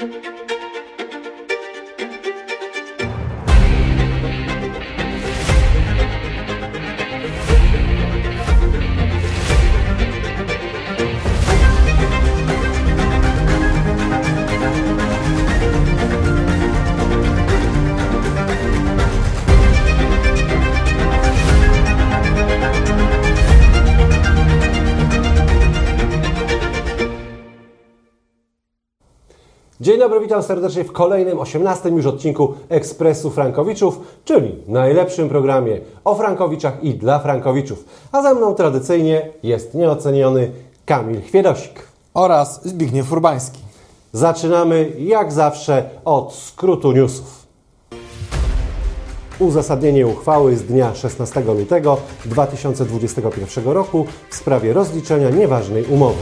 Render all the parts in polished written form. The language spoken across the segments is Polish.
Dzień dobry, witam serdecznie w kolejnym, 18. już odcinku Ekspresu Frankowiczów, czyli najlepszym programie o Frankowiczach i dla Frankowiczów. A ze mną tradycyjnie jest nieoceniony Kamil Chwiedosik oraz Zbigniew Urbański. Zaczynamy jak zawsze od skrótu newsów. Uzasadnienie uchwały z dnia 16 lutego 2021 roku w sprawie rozliczenia nieważnej umowy.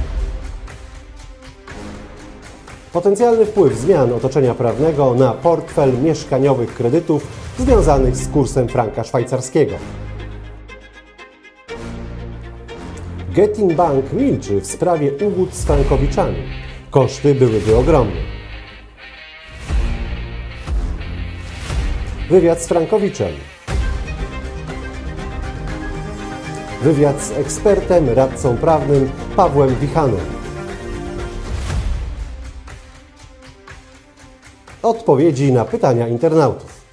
Potencjalny wpływ zmian otoczenia prawnego na portfel mieszkaniowych kredytów związanych z kursem franka szwajcarskiego. Getin Bank milczy w sprawie ugód z frankowiczami. Koszty byłyby ogromne. Wywiad z frankowiczem. Wywiad z ekspertem, radcą prawnym Pawłem Wichanem. Odpowiedzi na pytania internautów.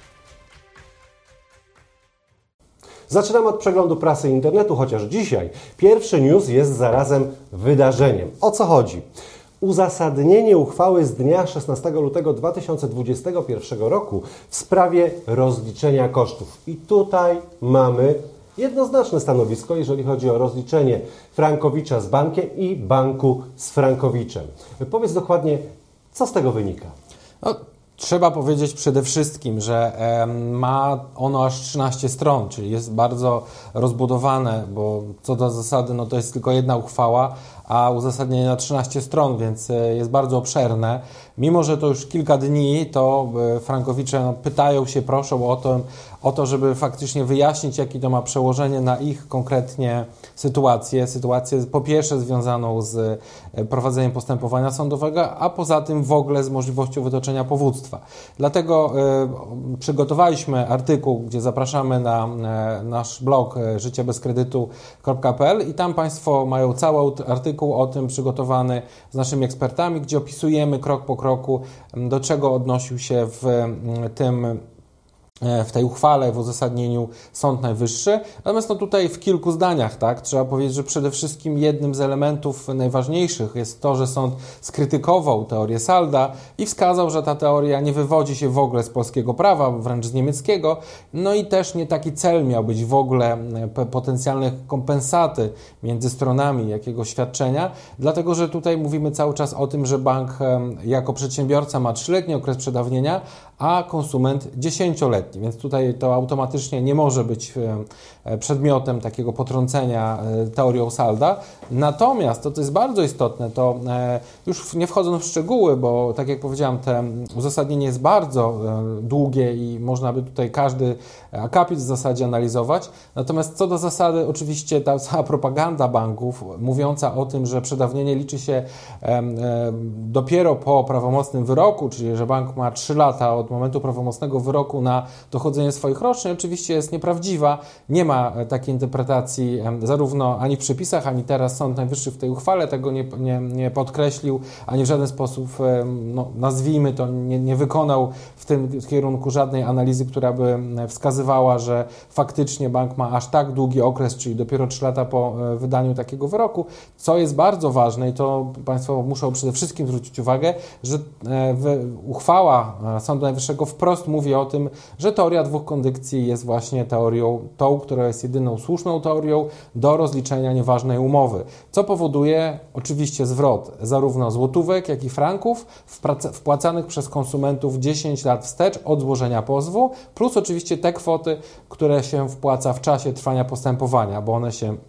Zaczynamy od przeglądu prasy i internetu, chociaż dzisiaj pierwszy news jest zarazem wydarzeniem. O co chodzi? Uzasadnienie uchwały z dnia 16 lutego 2021 roku w sprawie rozliczenia kosztów. I tutaj mamy jednoznaczne stanowisko, jeżeli chodzi o rozliczenie Frankowicza z bankiem i banku z Frankowiczem. Powiedz dokładnie, co z tego wynika? Trzeba powiedzieć przede wszystkim, że ma ono aż 13 stron, czyli jest bardzo rozbudowane, bo co do zasady to jest tylko jedna uchwała, a uzasadnienie na 13 stron, więc jest bardzo obszerne. Mimo że to już kilka dni, to Frankowicze pytają się, proszą o to, żeby faktycznie wyjaśnić, jakie to ma przełożenie na ich konkretnie sytuację po pierwsze związaną z prowadzeniem postępowania sądowego, a poza tym w ogóle z możliwością wytoczenia powództwa. Dlatego przygotowaliśmy artykuł, gdzie zapraszamy na nasz blog życiebezkredytu.pl i tam Państwo mają cały artykuł o tym przygotowany z naszymi ekspertami, gdzie opisujemy krok po kroku, do czego odnosił się w tej uchwale, w uzasadnieniu Sąd Najwyższy. Natomiast tutaj w kilku zdaniach, trzeba powiedzieć, że przede wszystkim jednym z elementów najważniejszych jest to, że sąd skrytykował teorię Salda i wskazał, że ta teoria nie wywodzi się w ogóle z polskiego prawa, wręcz z niemieckiego, i też nie taki cel miał być w ogóle potencjalne kompensaty między stronami jakiegoś świadczenia, dlatego, że tutaj mówimy cały czas o tym, że bank jako przedsiębiorca ma 3-letni okres przedawnienia, a konsument 10-letni. Więc tutaj to automatycznie nie może być przedmiotem takiego potrącenia teorią Salda. Natomiast to jest bardzo istotne, to już nie wchodząc w szczegóły, bo tak jak powiedziałem, to uzasadnienie jest bardzo długie i można by tutaj każdy akapit w zasadzie analizować. Natomiast co do zasady, oczywiście ta cała propaganda banków mówiąca o tym, że przedawnienie liczy się dopiero po prawomocnym wyroku, czyli że bank ma 3 lata od momentu prawomocnego wyroku na dochodzenie swoich roszczeń, oczywiście jest nieprawdziwa. Nie ma takiej interpretacji zarówno ani w przepisach, ani teraz Sąd Najwyższy w tej uchwale tego nie podkreślił, ani w żaden sposób, nazwijmy to, nie wykonał w tym kierunku żadnej analizy, która by wskazywała, że faktycznie bank ma aż tak długi okres, czyli dopiero 3 lata po wydaniu takiego wyroku. Co jest bardzo ważne i to Państwo muszą przede wszystkim zwrócić uwagę, że uchwała Sądu Najwyższego wprost mówi o tym, że teoria dwóch kondycji jest właśnie teorią tą, która jest jedyną słuszną teorią do rozliczenia nieważnej umowy, co powoduje oczywiście zwrot zarówno złotówek, jak i franków wpłacanych przez konsumentów 10 lat wstecz od złożenia pozwu, plus oczywiście te kwoty, które się wpłaca w czasie trwania postępowania, bo one się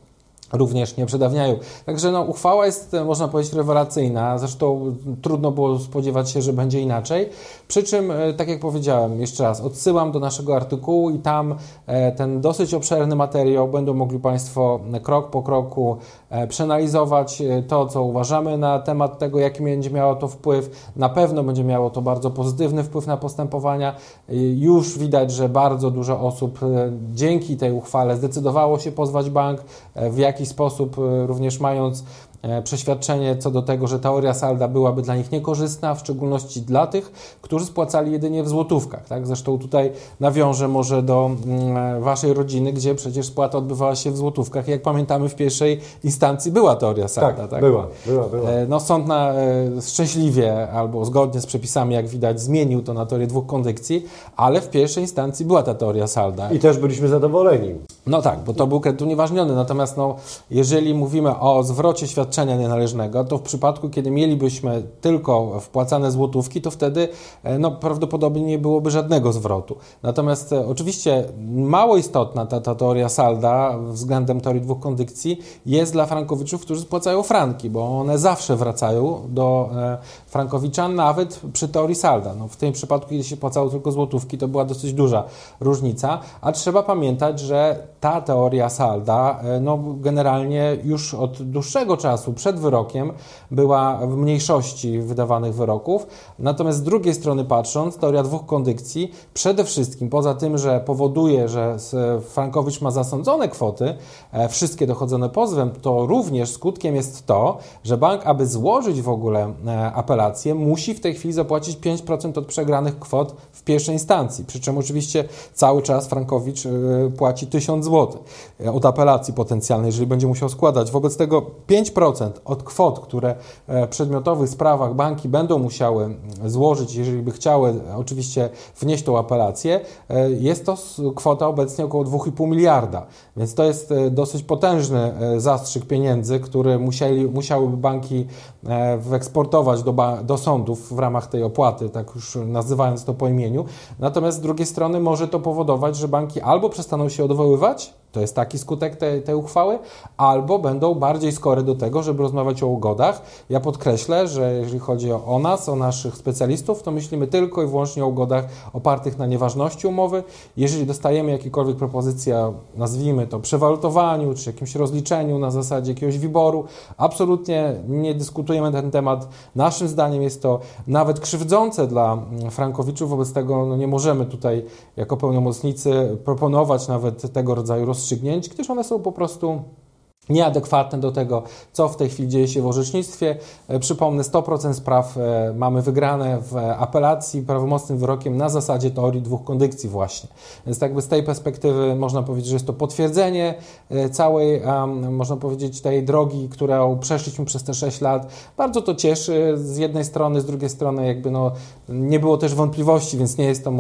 również nie przedawniają. Także no, uchwała jest, można powiedzieć, rewelacyjna. Zresztą trudno było spodziewać się, że będzie inaczej. Przy czym, tak jak powiedziałem, jeszcze raz, odsyłam do naszego artykułu i tam ten dosyć obszerny materiał będą mogli Państwo krok po kroku przeanalizować to, co uważamy na temat tego, jaki będzie miało to wpływ. Na pewno będzie miało to bardzo pozytywny wpływ na postępowania. Już widać, że bardzo dużo osób dzięki tej uchwale zdecydowało się pozwać bank, w jakiś sposób również mając przeświadczenie co do tego, że teoria salda byłaby dla nich niekorzystna, w szczególności dla tych, którzy spłacali jedynie w złotówkach. Tak? Zresztą tutaj nawiążę może do Waszej rodziny, gdzie przecież spłata odbywała się w złotówkach. Jak pamiętamy, w pierwszej instancji była teoria salda. Tak? Była. No, sąd szczęśliwie albo zgodnie z przepisami, jak widać, zmienił to na teorię dwóch kondykcji, ale w pierwszej instancji była ta teoria salda. I też byliśmy zadowoleni. No tak, bo to był kredyt unieważniony. Natomiast jeżeli mówimy o zwrocie świadczenia nienależnego, to w przypadku, kiedy mielibyśmy tylko wpłacane złotówki, to wtedy prawdopodobnie nie byłoby żadnego zwrotu. Natomiast oczywiście mało istotna ta teoria salda względem teorii dwóch kondykcji jest dla frankowiczów, którzy spłacają franki, bo one zawsze wracają do frankowiczan, nawet przy teorii salda. W tym przypadku, kiedy się płacało tylko złotówki, to była dosyć duża różnica, a trzeba pamiętać, że ta teoria salda generalnie już od dłuższego czasu przed wyrokiem była w mniejszości wydawanych wyroków. Natomiast z drugiej strony patrząc, teoria dwóch kondykcji przede wszystkim poza tym, że powoduje, że frankowicz ma zasądzone kwoty, wszystkie dochodzone pozwem, to również skutkiem jest to, że bank, aby złożyć w ogóle apelację, musi w tej chwili zapłacić 5% od przegranych kwot w pierwszej instancji. Przy czym oczywiście cały czas frankowicz płaci 1000 zł od apelacji potencjalnej, jeżeli będzie musiał składać. Wobec tego 5% od kwot, które w przedmiotowych sprawach banki będą musiały złożyć, jeżeli by chciały oczywiście wnieść tą apelację, jest to kwota obecnie około 2,5 miliarda. Więc to jest dosyć potężny zastrzyk pieniędzy, który musiałyby banki wyeksportować do sądów w ramach tej opłaty, tak już nazywając to po imieniu. Natomiast z drugiej strony może to powodować, że banki albo przestaną się odwoływać, to jest taki skutek tej uchwały, albo będą bardziej skory do tego, żeby rozmawiać o ugodach. Ja podkreślę, że jeżeli chodzi o nas, o naszych specjalistów, to myślimy tylko i wyłącznie o ugodach opartych na nieważności umowy. Jeżeli dostajemy jakiekolwiek propozycje, nazwijmy to przewalutowaniu, czy jakimś rozliczeniu na zasadzie jakiegoś wyboru, absolutnie nie dyskutujemy na ten temat. Naszym zdaniem jest to nawet krzywdzące dla frankowiczów, wobec tego nie możemy tutaj jako pełnomocnicy proponować nawet tego rodzaju rozstrzygnięć, gdyż one są po prostu nieadekwatne do tego, co w tej chwili dzieje się w orzecznictwie. Przypomnę, 100% spraw mamy wygrane w apelacji prawomocnym wyrokiem na zasadzie teorii dwóch kondykcji właśnie. Więc jakby z tej perspektywy można powiedzieć, że jest to potwierdzenie całej, można powiedzieć, tej drogi, którą przeszliśmy przez te 6 lat. Bardzo to cieszy z jednej strony, z drugiej strony jakby nie było też wątpliwości, więc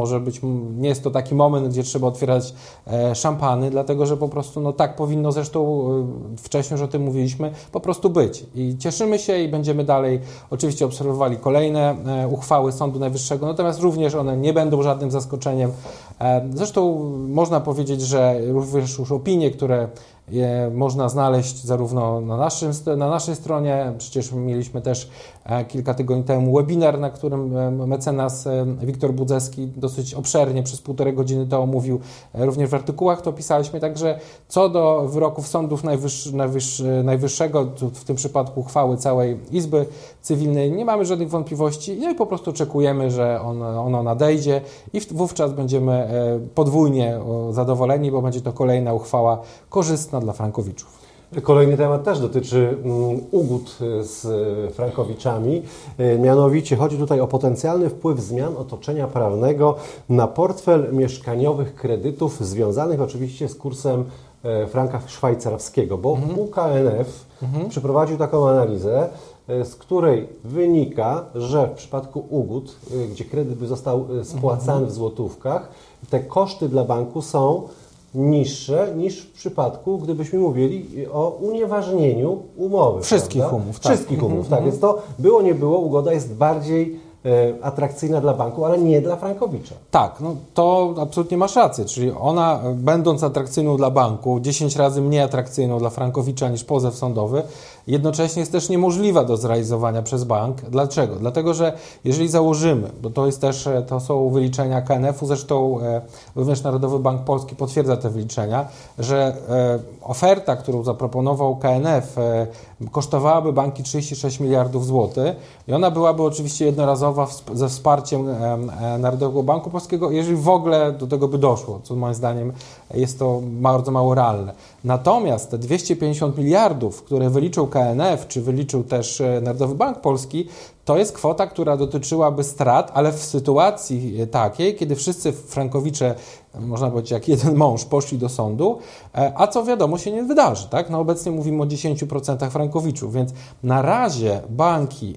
nie jest to taki moment, gdzie trzeba otwierać szampany, dlatego że po prostu tak powinno, zresztą wcześniej już o tym mówiliśmy, po prostu być. I cieszymy się i będziemy dalej oczywiście obserwowali kolejne uchwały Sądu Najwyższego, natomiast również one nie będą żadnym zaskoczeniem. Zresztą można powiedzieć, że również już opinie, które można znaleźć zarówno na naszej stronie, przecież mieliśmy też kilka tygodni temu webinar, na którym mecenas Wiktor Budzewski dosyć obszernie przez 1,5 godziny to omówił, również w artykułach to pisaliśmy, także co do wyroków sądów najwyższego, w tym przypadku uchwały całej Izby Cywilnej, nie mamy żadnych wątpliwości i po prostu oczekujemy, że ono nadejdzie i wówczas będziemy podwójnie zadowoleni, bo będzie to kolejna uchwała korzystna dla frankowiczów. Kolejny temat też dotyczy ugód z frankowiczami. Mianowicie chodzi tutaj o potencjalny wpływ zmian otoczenia prawnego na portfel mieszkaniowych kredytów związanych oczywiście z kursem franka szwajcarskiego, bo UKNF przeprowadził taką analizę, z której wynika, że w przypadku ugód, gdzie kredyt by został spłacany w złotówkach, te koszty dla banku są niższe niż w przypadku, gdybyśmy mówili o unieważnieniu umowy. Wszystkich prawda? umów. Tak. Wszystkich umów, tak. Więc to było, nie było, ugoda jest bardziej atrakcyjna dla banku, ale nie dla Frankowicza. Tak, no to absolutnie masz rację, czyli ona, będąc atrakcyjną dla banku, 10 razy mniej atrakcyjną dla Frankowicza niż pozew sądowy, jednocześnie jest też niemożliwa do zrealizowania przez bank. Dlaczego? Dlatego, że jeżeli założymy, bo to jest też, to są wyliczenia KNF-u, zresztą również Narodowy Bank Polski potwierdza te wyliczenia, że oferta, którą zaproponował KNF, kosztowałaby banki 36 miliardów złotych i ona byłaby oczywiście jednorazowa ze wsparciem Narodowego Banku Polskiego, jeżeli w ogóle do tego by doszło, co moim zdaniem jest to bardzo mało realne. Natomiast te 250 miliardów, które wyliczył KNF, czy wyliczył też Narodowy Bank Polski, to jest kwota, która dotyczyłaby strat, ale w sytuacji takiej, kiedy wszyscy Frankowicze, można powiedzieć jak jeden mąż, poszli do sądu, a co wiadomo się nie wydarzy. Tak? No obecnie mówimy o 10% Frankowiczów, więc na razie banki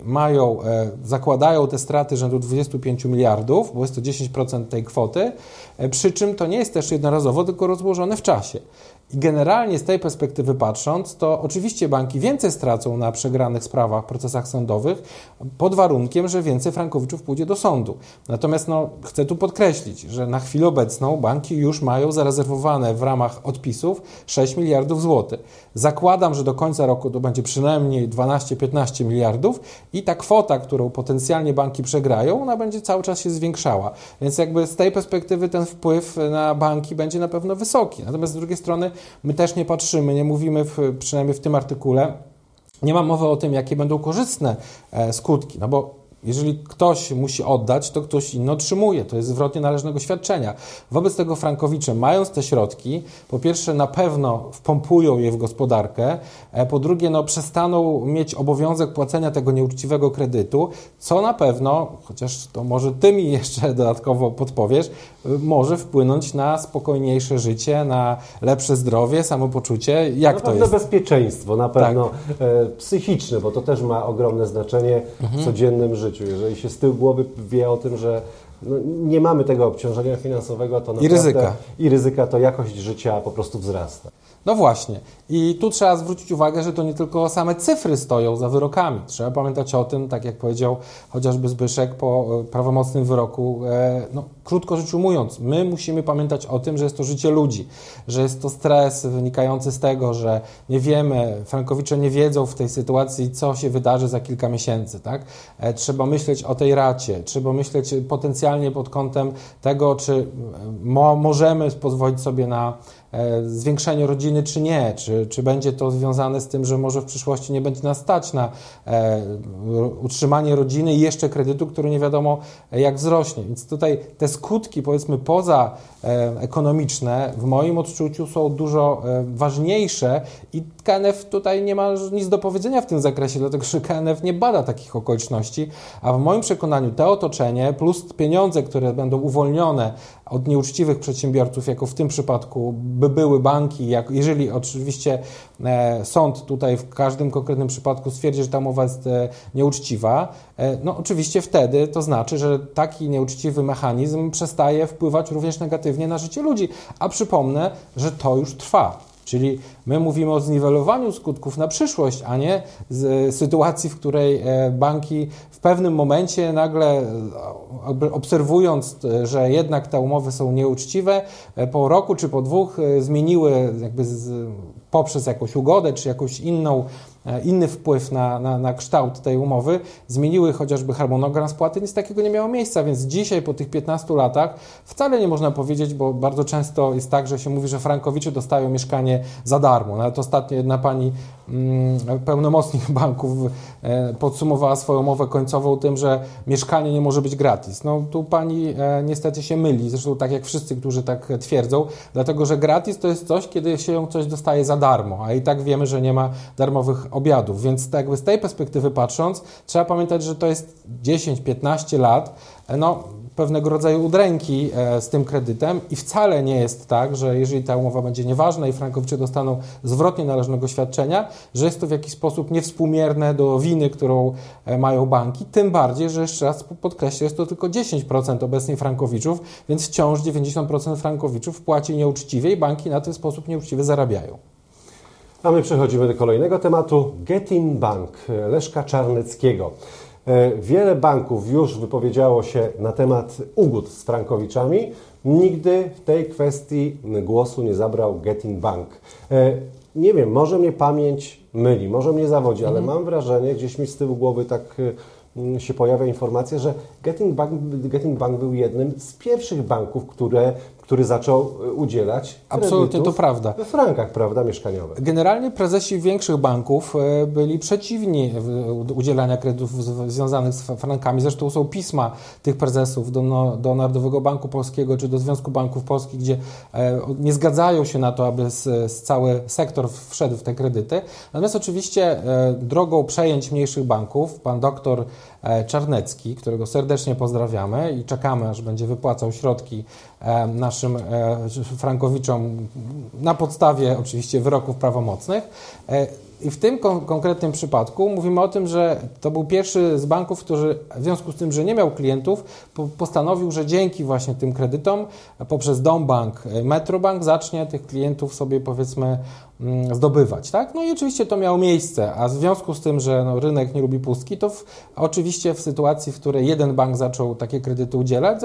zakładają te straty rzędu 25 miliardów, bo jest to 10% tej kwoty, przy czym to nie jest też jednorazowo, tylko rozłożone w czasie. I generalnie z tej perspektywy patrząc, to oczywiście banki więcej stracą na przegranych sprawach, procesach sądowych, pod warunkiem, że więcej Frankowiczów pójdzie do sądu. Natomiast chcę tu podkreślić, że na chwilę obecną banki już mają zarezerwowane w ramach odpisów 6 miliardów złotych. Zakładam, że do końca roku to będzie przynajmniej 12-15 miliardów i ta kwota, którą potencjalnie banki przegrają, ona będzie cały czas się zwiększała. Więc jakby z tej perspektywy ten wpływ na banki będzie na pewno wysoki. Natomiast z drugiej strony my też nie patrzymy, nie mówimy, przynajmniej w tym artykule, nie ma mowy o tym, jakie będą korzystne skutki, no bo jeżeli ktoś musi oddać, to ktoś inny otrzymuje. To jest zwrot nienależnego świadczenia. Wobec tego Frankowicze, mając te środki, po pierwsze na pewno wpompują je w gospodarkę, po drugie przestaną mieć obowiązek płacenia tego nieuczciwego kredytu, co na pewno, chociaż to może ty mi jeszcze dodatkowo podpowiesz, może wpłynąć na spokojniejsze życie, na lepsze zdrowie, samopoczucie. Jak to jest? Bezpieczeństwo, na pewno psychiczne, bo to też ma ogromne znaczenie w codziennym życiu. Jeżeli się z tyłu głowy wie o tym, że nie mamy tego obciążenia finansowego, to naprawdę i ryzyka, to jakość życia po prostu wzrasta. No właśnie. I tu trzeba zwrócić uwagę, że to nie tylko same cyfry stoją za wyrokami. Trzeba pamiętać o tym, tak jak powiedział chociażby Zbyszek po prawomocnym wyroku, krótko rzecz ujmując, my musimy pamiętać o tym, że jest to życie ludzi, że jest to stres wynikający z tego, że nie wiemy, Frankowicze nie wiedzą w tej sytuacji, co się wydarzy za kilka miesięcy. Tak? Trzeba myśleć o tej racie, trzeba myśleć potencjalnie pod kątem tego, czy możemy pozwolić sobie na zwiększenie rodziny, czy nie, czy będzie to związane z tym, że może w przyszłości nie będzie nas stać na utrzymanie rodziny i jeszcze kredytu, który nie wiadomo jak wzrośnie. Więc tutaj te skutki, powiedzmy, poza ekonomiczne w moim odczuciu są dużo ważniejsze i KNF tutaj nie ma nic do powiedzenia w tym zakresie, dlatego że KNF nie bada takich okoliczności, a w moim przekonaniu to otoczenie plus pieniądze, które będą uwolnione od nieuczciwych przedsiębiorców, jako w tym przypadku by były banki, jeżeli oczywiście sąd tutaj w każdym konkretnym przypadku stwierdzi, że ta umowa jest nieuczciwa, oczywiście wtedy to znaczy, że taki nieuczciwy mechanizm przestaje wpływać również negatywnie na życie ludzi, a przypomnę, że to już trwa. Czyli my mówimy o zniwelowaniu skutków na przyszłość, a nie z sytuacji, w której banki w pewnym momencie nagle obserwując, że jednak te umowy są nieuczciwe, po roku czy po dwóch zmieniły poprzez jakąś ugodę czy jakąś inny wpływ na kształt tej umowy, zmieniły chociażby harmonogram spłaty, nic takiego nie miało miejsca, więc dzisiaj po tych 15 latach wcale nie można powiedzieć, bo bardzo często jest tak, że się mówi, że Frankowicze dostają mieszkanie za darmo. Nawet ostatnio jedna pani pełnomocnik banków podsumowała swoją umowę końcową tym, że mieszkanie nie może być gratis. Tu pani niestety się myli, zresztą tak jak wszyscy, którzy tak twierdzą, dlatego że gratis to jest coś, kiedy się coś dostaje za darmo, a i tak wiemy, że nie ma darmowych obiadów, więc tak jakby z tej perspektywy patrząc, trzeba pamiętać, że to jest 10-15 lat, pewnego rodzaju udręki z tym kredytem i wcale nie jest tak, że jeżeli ta umowa będzie nieważna i Frankowicze dostaną zwrotnie należnego świadczenia, że jest to w jakiś sposób niewspółmierne do winy, którą mają banki, tym bardziej, że jeszcze raz podkreślę, jest to tylko 10% obecnie Frankowiczów, więc wciąż 90% Frankowiczów płaci nieuczciwie i banki na ten sposób nieuczciwie zarabiają. A my przechodzimy do kolejnego tematu. Getin Bank Leszka Czarneckiego. Wiele banków już wypowiedziało się na temat ugód z frankowiczami. Nigdy w tej kwestii głosu nie zabrał Getin Bank. Nie wiem, może mnie pamięć myli, może mnie zawodzi, ale mam wrażenie, gdzieś mi z tyłu głowy tak się pojawia informacja, że Getin Bank był jednym z pierwszych banków, który zaczął udzielać Absolutnie to prawda. We frankach, prawda, mieszkaniowych. Generalnie prezesi większych banków byli przeciwni udzielania kredytów związanych z frankami. Zresztą są pisma tych prezesów do Narodowego Banku Polskiego czy do Związku Banków Polskich, gdzie nie zgadzają się na to, aby cały sektor wszedł w te kredyty. Natomiast oczywiście drogą przejęć mniejszych banków pan doktor Czarnecki, którego serdecznie pozdrawiamy i czekamy, aż będzie wypłacał środki naszym frankowiczom na podstawie oczywiście wyroków prawomocnych. I w tym konkretnym przypadku mówimy o tym, że to był pierwszy z banków, który w związku z tym, że nie miał klientów, postanowił, że dzięki właśnie tym kredytom poprzez Dombank, Metrobank zacznie tych klientów sobie powiedzmy zdobywać, tak? No i oczywiście to miało miejsce, a w związku z tym, że rynek nie lubi pustki, to oczywiście w sytuacji, w której jeden bank zaczął takie kredyty udzielać,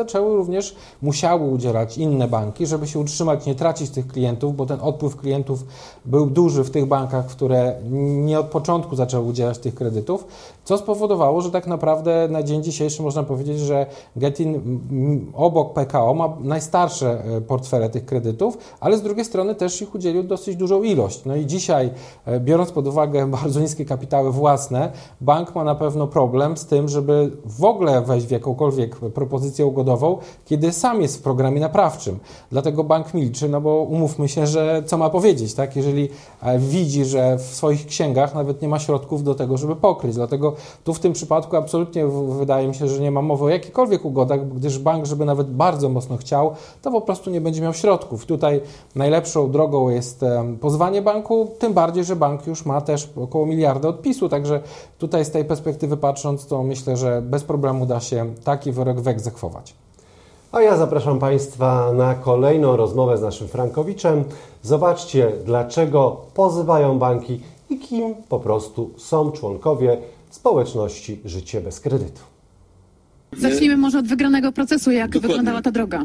musiały udzielać inne banki, żeby się utrzymać, nie tracić tych klientów, bo ten odpływ klientów był duży w tych bankach, które nie od początku zaczęły udzielać tych kredytów, co spowodowało, że tak naprawdę na dzień dzisiejszy można powiedzieć, że Getin obok PKO ma najstarsze portfele tych kredytów, ale z drugiej strony też ich udzielił dosyć dużą ilość. No i dzisiaj, biorąc pod uwagę bardzo niskie kapitały własne, bank ma na pewno problem z tym, żeby w ogóle wejść w jakąkolwiek propozycję ugodową, kiedy sam jest w programie naprawczym. Dlatego bank milczy, no bo umówmy się, że co ma powiedzieć, tak? Jeżeli widzi, że w swoich księgach nawet nie ma środków do tego, żeby pokryć. Dlatego tu w tym przypadku absolutnie wydaje mi się, że nie ma mowy o jakichkolwiek ugodach, gdyż bank, żeby nawet bardzo mocno chciał, to po prostu nie będzie miał środków. Tutaj najlepszą drogą jest pozwanie banku, tym bardziej, że bank już ma też około 1 miliarda odpisu, także tutaj z tej perspektywy patrząc, to myślę, że bez problemu da się taki wyrok wyegzekwować. A ja zapraszam Państwa na kolejną rozmowę z naszym frankowiczem. Zobaczcie, dlaczego pozywają banki i kim po prostu są członkowie społeczności Życie bez kredytu. Zacznijmy może od wygranego procesu, jak wyglądała ta droga.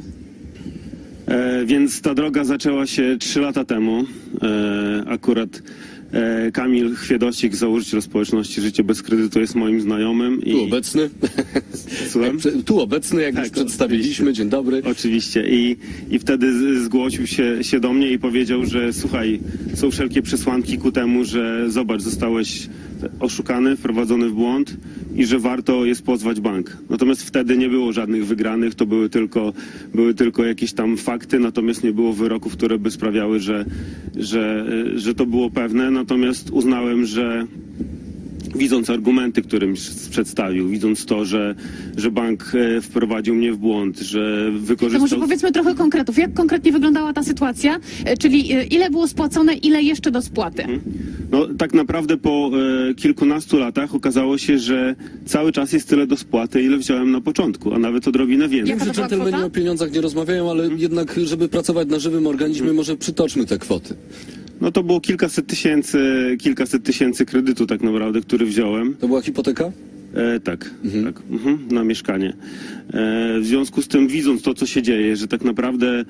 Więc ta droga zaczęła się 3 lata temu. Akurat Kamil Chwiedosik, założyciel społeczności Życie bez kredytu, jest moim znajomym. Tu obecny. Słucham? Tu obecny, jak już przedstawiliśmy. Oczywiście. Dzień dobry. Oczywiście. I wtedy zgłosił się do mnie i powiedział, że słuchaj, są wszelkie przesłanki ku temu, że zobacz, zostałeś oszukany, wprowadzony w błąd i że warto jest pozwać bank. Natomiast wtedy nie było żadnych wygranych, to były tylko jakieś tam fakty, natomiast nie było wyroków, które by sprawiały, że to było pewne. Natomiast uznałem, że widząc argumenty, które mi przedstawił, widząc to, że bank wprowadził mnie w błąd, że wykorzystał... To może powiedzmy trochę konkretów. Jak konkretnie wyglądała ta sytuacja? Czyli ile było spłacone, ile jeszcze do spłaty? No tak naprawdę po kilkunastu latach okazało się, że cały czas jest tyle do spłaty, ile wziąłem na początku, a nawet odrobinę więcej. Jaka Wiem, to że była dżentelmeni kwota? o pieniądzach nie rozmawiają, ale jednak, żeby pracować na żywym organizmie, może przytoczmy te kwoty. No to było kilkaset tysięcy kredytu tak naprawdę, który wziąłem. To była hipoteka? Tak, na mieszkanie. W związku z tym, widząc to, co się dzieje, że tak naprawdę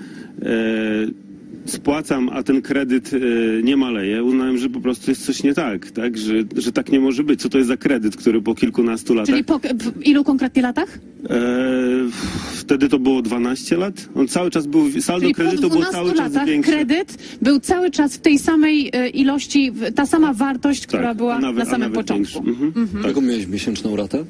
spłacam, a ten kredyt nie maleje, uznałem, że po prostu jest coś nie tak, że tak nie może być. Co to jest za kredyt, który po kilkunastu latach... Czyli w ilu konkretnie latach? Wtedy to było 12 lat. On cały czas był, saldo Czyli kredytu po było 12 cały czas latach większy. kredyt był cały czas w tej samej ilości, ta sama wartość, która była na samym początku. Jaką miałeś miesięczną ratę?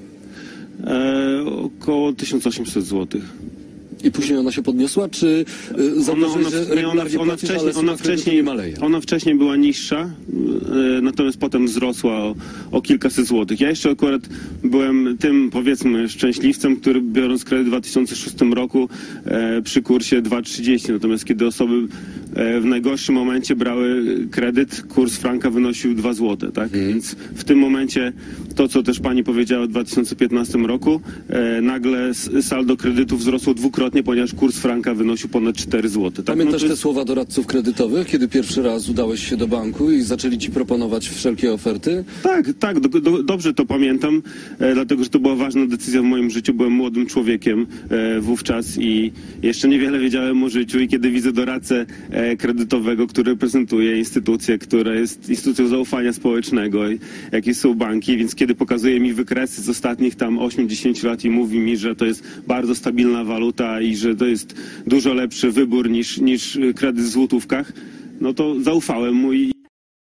Około 1800 zł. I później ona się podniosła, czy zauważyłeś, że regularnie płacisz, ale suma kredytu nie maleje? Ona wcześniej była niższa, natomiast potem wzrosła o kilkaset złotych. Ja jeszcze akurat byłem tym, powiedzmy, szczęśliwcem, który biorąc kredyt w 2006 roku przy kursie 2,30, natomiast kiedy osoby w najgorszym momencie brały kredyt, kurs franka wynosił 2 zł, tak? Więc w tym momencie to, co też pani powiedziała w 2015 roku, nagle saldo kredytów wzrosło dwukrotnie, ponieważ kurs franka wynosił ponad 4 zł. Tak? Pamiętasz te słowa doradców kredytowych, kiedy pierwszy raz udałeś się do banku i zaczęli ci proponować wszelkie oferty? Tak, dobrze to pamiętam, dlatego że to była ważna decyzja w moim życiu. Byłem młodym człowiekiem wówczas i jeszcze niewiele wiedziałem o życiu i kiedy widzę doradcę kredytowego, który reprezentuje instytucję, która jest instytucją zaufania społecznego, jakie są banki, więc kiedy pokazuje mi wykresy z ostatnich tam 8-10 lat i mówi mi, że to jest bardzo stabilna waluta i że to jest dużo lepszy wybór niż kredyt w złotówkach, no to zaufałem mu i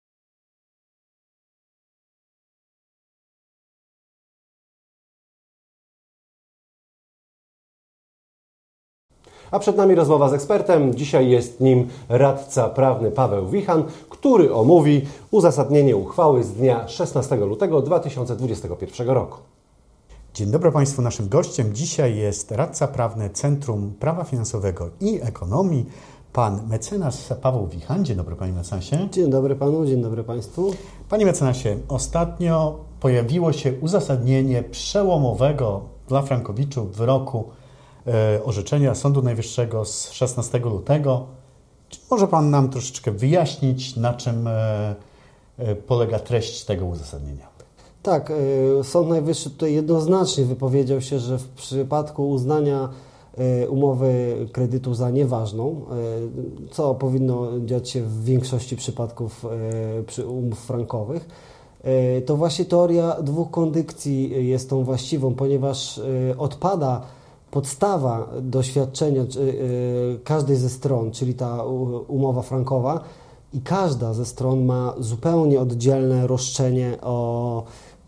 A przed nami rozmowa z ekspertem. Dzisiaj jest nim radca prawny Paweł Wichan, który omówi uzasadnienie uchwały z dnia 16 lutego 2021 roku. Dzień dobry Państwu. Naszym gościem dzisiaj jest radca prawny Centrum Prawa Finansowego i Ekonomii, pan mecenas Paweł Wichan. Dzień dobry Panie mecenasie. Dzień dobry Panu, dzień dobry Państwu. Panie mecenasie, ostatnio pojawiło się uzasadnienie przełomowego dla frankowiczów wyroku orzeczenia Sądu Najwyższego z 16 lutego. Czy może Pan nam troszeczkę wyjaśnić, na czym polega treść tego uzasadnienia? Tak, Sąd Najwyższy tutaj jednoznacznie wypowiedział się, że w przypadku uznania umowy kredytu za nieważną, co powinno dziać się w większości przypadków przy umów frankowych, to właśnie teoria dwóch kondycji jest tą właściwą, ponieważ odpada podstawa do świadczenia każdej ze stron, czyli ta umowa frankowa, i każda ze stron ma zupełnie oddzielne roszczenie o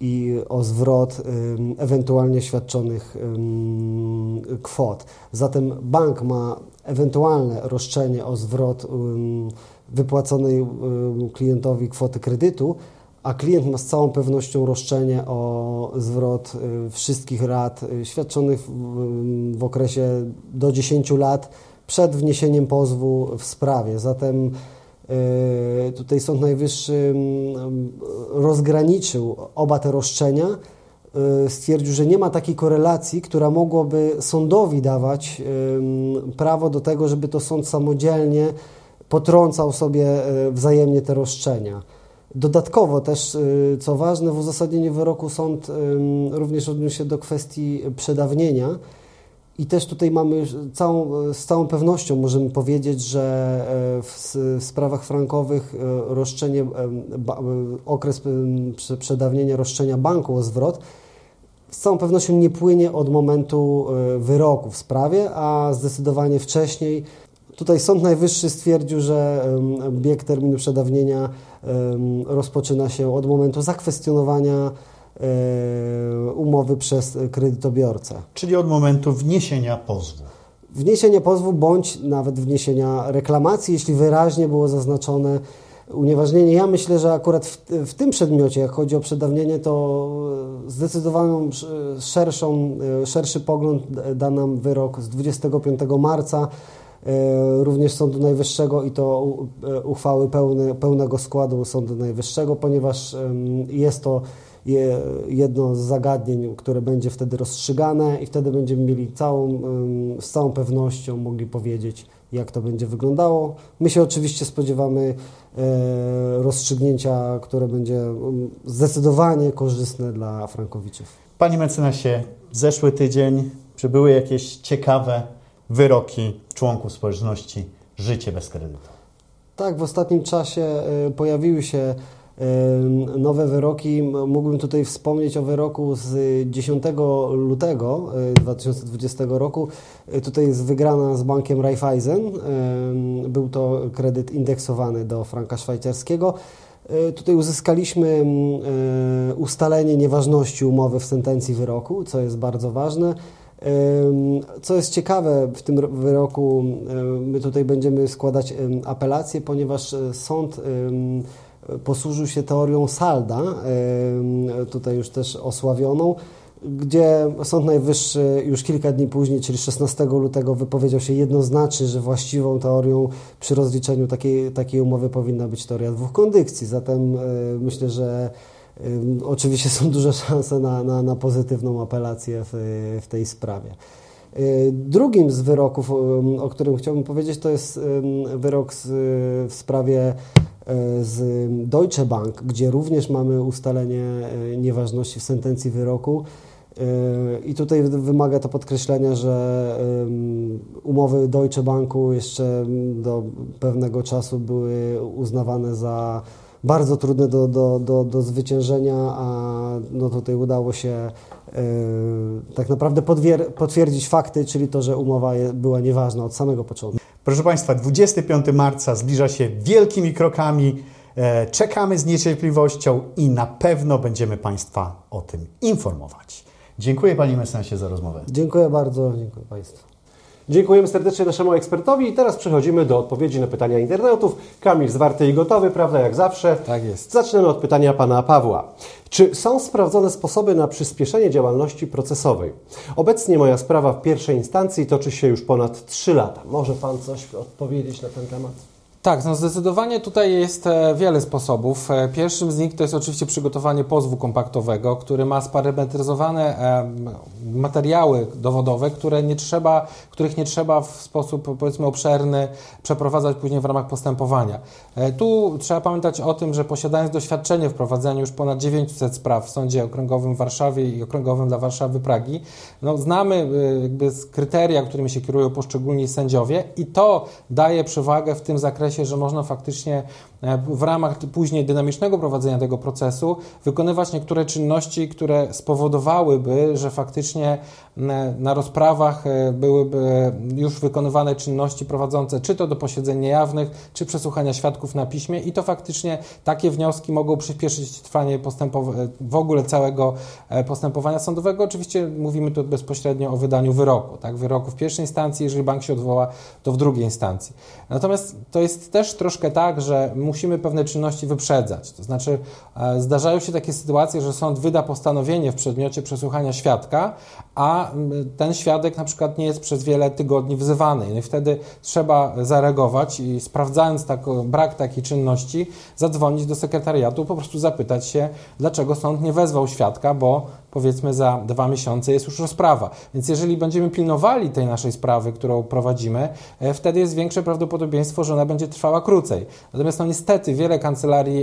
zwrot ewentualnie świadczonych kwot. Zatem bank ma ewentualne roszczenie o zwrot wypłaconej klientowi kwoty kredytu, a klient ma z całą pewnością roszczenie o zwrot wszystkich rat świadczonych w okresie do 10 lat przed wniesieniem pozwu w sprawie. Zatem tutaj Sąd Najwyższy rozgraniczył oba te roszczenia, stwierdził, że nie ma takiej korelacji, która mogłaby sądowi dawać prawo do tego, żeby to sąd samodzielnie potrącał sobie wzajemnie te roszczenia. Dodatkowo też, co ważne, w uzasadnieniu wyroku sąd również odniósł się do kwestii przedawnienia i też tutaj mamy z całą pewnością możemy powiedzieć, że w sprawach frankowych roszczenie, okres przedawnienia roszczenia banku o zwrot z całą pewnością nie płynie od momentu wyroku w sprawie, a zdecydowanie wcześniej. Tutaj Sąd Najwyższy stwierdził, że bieg terminu przedawnienia rozpoczyna się od momentu zakwestionowania umowy przez kredytobiorcę. Czyli od momentu wniesienia pozwu. Wniesienia pozwu bądź nawet wniesienia reklamacji, jeśli wyraźnie było zaznaczone unieważnienie. Ja myślę, że akurat w tym przedmiocie, jak chodzi o przedawnienie, to zdecydowaną szerszy pogląd da nam wyrok z 25 marca również Sądu Najwyższego i to uchwały pełnego składu Sądu Najwyższego, ponieważ jest to jedno z zagadnień, które będzie wtedy rozstrzygane i wtedy będziemy mieli z całą pewnością mogli powiedzieć, jak to będzie wyglądało. My się oczywiście spodziewamy rozstrzygnięcia, które będzie zdecydowanie korzystne dla frankowiczów. Panie mecenasie, zeszły tydzień przybyły jakieś ciekawe wyroki członków społeczności Życie bez kredytu. Tak, w ostatnim czasie pojawiły się nowe wyroki. Mógłbym tutaj wspomnieć o wyroku z 10 lutego 2020 roku. Tutaj jest wygrana z bankiem Raiffeisen. Był to kredyt indeksowany do franka szwajcarskiego. Tutaj uzyskaliśmy ustalenie nieważności umowy w sentencji wyroku, co jest bardzo ważne. Co jest ciekawe w tym wyroku, my tutaj będziemy składać apelację, ponieważ sąd posłużył się teorią salda, tutaj już też osławioną, gdzie Sąd Najwyższy już kilka dni później, czyli 16 lutego, wypowiedział się jednoznacznie, że właściwą teorią przy rozliczeniu takiej umowy powinna być teoria dwóch kondycji. Zatem myślę, że oczywiście są duże szanse na pozytywną apelację w tej sprawie. Drugim z wyroków, o którym chciałbym powiedzieć, to jest wyrok w sprawie z Deutsche Bank, gdzie również mamy ustalenie nieważności w sentencji wyroku. I tutaj wymaga to podkreślenia, że umowy Deutsche Banku jeszcze do pewnego czasu były uznawane za bardzo trudne do zwyciężenia, a no tutaj udało się tak naprawdę potwierdzić fakty, czyli to, że umowa była nieważna od samego początku. Proszę Państwa, 25 marca zbliża się wielkimi krokami. Czekamy z niecierpliwością i na pewno będziemy Państwa o tym informować. Dziękuję Panie mecenasie za rozmowę. Dziękuję bardzo, dziękuję Państwu. Dziękujemy serdecznie naszemu ekspertowi i teraz przechodzimy do odpowiedzi na pytania internautów. Kamil zwarty i gotowy, prawda, jak zawsze. Tak jest. Zaczniemy od pytania pana Pawła. Czy są sprawdzone sposoby na przyspieszenie działalności procesowej? Obecnie moja sprawa w pierwszej instancji toczy się już ponad 3 lata. Może pan coś odpowiedzieć na ten temat? Tak, no zdecydowanie tutaj jest wiele sposobów. Pierwszym z nich to jest oczywiście przygotowanie pozwu kompaktowego, który ma sparametryzowane materiały dowodowe, których nie trzeba w sposób, powiedzmy, obszerny przeprowadzać później w ramach postępowania. Tu trzeba pamiętać o tym, że posiadając doświadczenie w prowadzeniu już ponad 900 spraw w Sądzie Okręgowym w Warszawie i Okręgowym dla Warszawy Pragi, no znamy jakby kryteria, którymi się kierują poszczególni sędziowie i to daje przewagę w tym zakresie, że można faktycznie w ramach później dynamicznego prowadzenia tego procesu wykonywać niektóre czynności, które spowodowałyby, że faktycznie na rozprawach byłyby już wykonywane czynności prowadzące czy to do posiedzeń niejawnych, czy przesłuchania świadków na piśmie i to faktycznie takie wnioski mogą przyspieszyć trwanie w ogóle całego postępowania sądowego. Oczywiście mówimy tu bezpośrednio o wydaniu wyroku, tak? Wyroku w pierwszej instancji, jeżeli bank się odwoła, to w drugiej instancji. Natomiast to jest też troszkę tak, że musimy pewne czynności wyprzedzać. To znaczy zdarzają się takie sytuacje, że sąd wyda postanowienie w przedmiocie przesłuchania świadka, a ten świadek na przykład nie jest przez wiele tygodni wzywany. No i wtedy trzeba zareagować i sprawdzając brak takiej czynności, zadzwonić do sekretariatu, po prostu zapytać się, dlaczego sąd nie wezwał świadka, bo powiedzmy za 2 miesiące jest już rozprawa. Więc jeżeli będziemy pilnowali tej naszej sprawy, którą prowadzimy, wtedy jest większe prawdopodobieństwo, że ona będzie trwała krócej. Natomiast no niestety wiele kancelarii,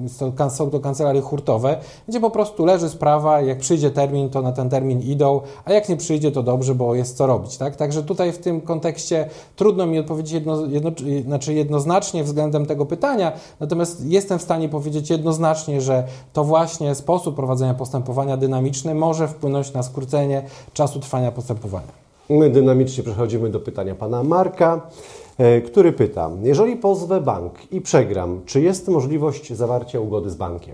są to kancelarie hurtowe, gdzie po prostu leży sprawa, jak przyjdzie termin, to na ten termin idą, a jak nie przyjdzie, to dobrze, bo jest co robić. Tak? Także tutaj w tym kontekście trudno mi odpowiedzieć jednoznacznie względem tego pytania, natomiast jestem w stanie powiedzieć jednoznacznie, że to właśnie sposób prowadzenia postępowania dynamicznego może wpłynąć na skrócenie czasu trwania postępowania. My dynamicznie przechodzimy do pytania pana Marka, który pyta, jeżeli pozwę bank i przegram, czy jest możliwość zawarcia ugody z bankiem?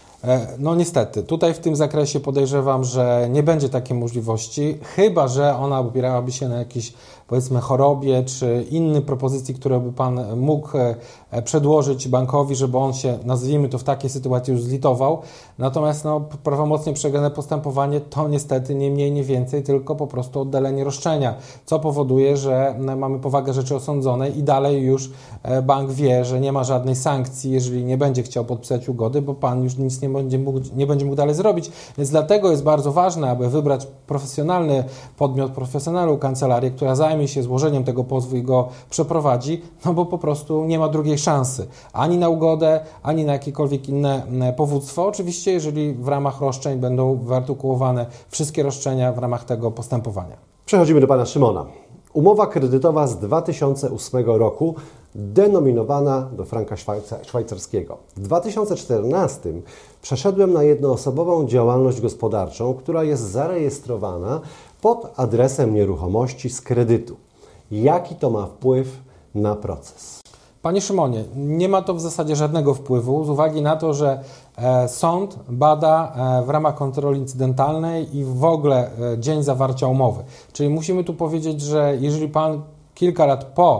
No niestety, tutaj w tym zakresie podejrzewam, że nie będzie takiej możliwości, chyba że ona opierałaby się na jakiejś, powiedzmy, chorobie czy innej propozycji, które by Pan mógł przedłożyć bankowi, żeby on się, nazwijmy to, w takiej sytuacji już zlitował. Natomiast no, prawomocnie przegrane postępowanie to niestety nie mniej, nie więcej, tylko po prostu oddalenie roszczenia, co powoduje, że mamy powagę rzeczy osądzonej i dalej już bank wie, że nie ma żadnej sankcji, jeżeli nie będzie chciał podpisać ugody, bo Pan już nic nie będzie mógł dalej zrobić. Więc dlatego jest bardzo ważne, aby wybrać profesjonalny podmiot, profesjonalną kancelarię, która zajmie się złożeniem tego pozwu i go przeprowadzi, no bo po prostu nie ma drugiej szansy. Ani na ugodę, ani na jakiekolwiek inne powództwo. Oczywiście, jeżeli w ramach roszczeń będą wyartykułowane wszystkie roszczenia w ramach tego postępowania. Przechodzimy do pana Szymona. Umowa kredytowa z 2008 roku denominowana do franka szwajcarskiego. W 2014 przeszedłem na jednoosobową działalność gospodarczą, która jest zarejestrowana pod adresem nieruchomości z kredytu. Jaki to ma wpływ na proces? Panie Szymonie, nie ma to w zasadzie żadnego wpływu z uwagi na to, że sąd bada w ramach kontroli incydentalnej i w ogóle dzień zawarcia umowy. Czyli musimy tu powiedzieć, że jeżeli Pan kilka lat po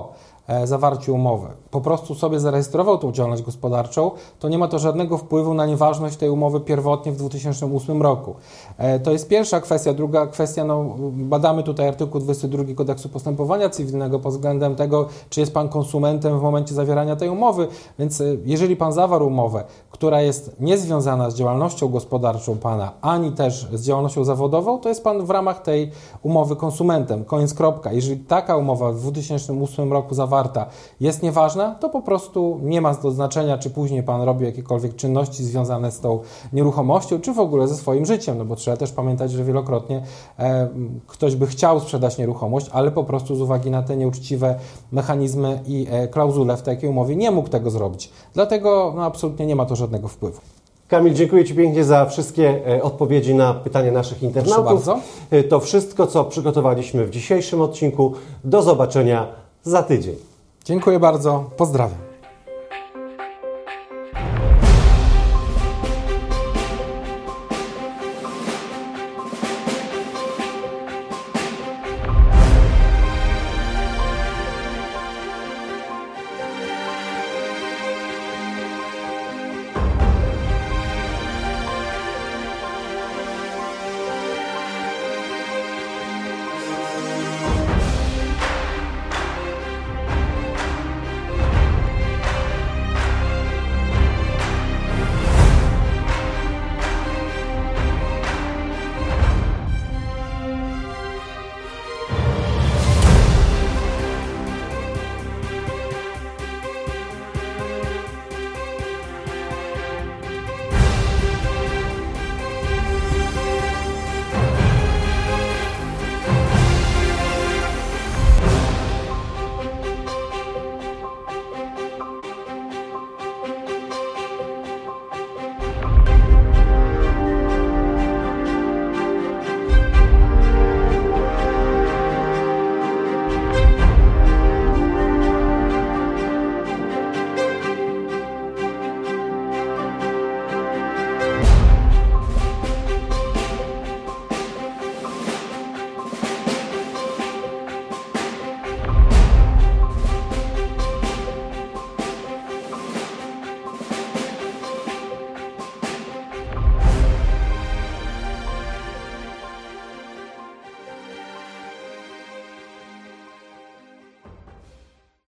zawarciu umowy, po prostu sobie zarejestrował tą działalność gospodarczą, to nie ma to żadnego wpływu na nieważność tej umowy pierwotnie w 2008 roku. To jest pierwsza kwestia. Druga kwestia, badamy tutaj artykuł 22 Kodeksu Postępowania Cywilnego pod względem tego, czy jest Pan konsumentem w momencie zawierania tej umowy, więc jeżeli Pan zawarł umowę, która jest niezwiązana z działalnością gospodarczą Pana, ani też z działalnością zawodową, to jest Pan w ramach tej umowy konsumentem. Koniec, kropka. Jeżeli taka umowa w 2008 roku zawarta jest nieważna, to po prostu nie ma do znaczenia, czy później Pan robi jakiekolwiek czynności związane z tą nieruchomością, czy w ogóle ze swoim życiem, bo trzeba też pamiętać, że wielokrotnie ktoś by chciał sprzedać nieruchomość, ale po prostu z uwagi na te nieuczciwe mechanizmy i klauzule w takiej umowie nie mógł tego zrobić. Dlatego absolutnie nie ma to żadnego wpływu. Kamil, dziękuję Ci pięknie za wszystkie odpowiedzi na pytania naszych internautów. Proszę bardzo. To wszystko, co przygotowaliśmy w dzisiejszym odcinku. Do zobaczenia za tydzień. Dziękuję bardzo. Pozdrawiam.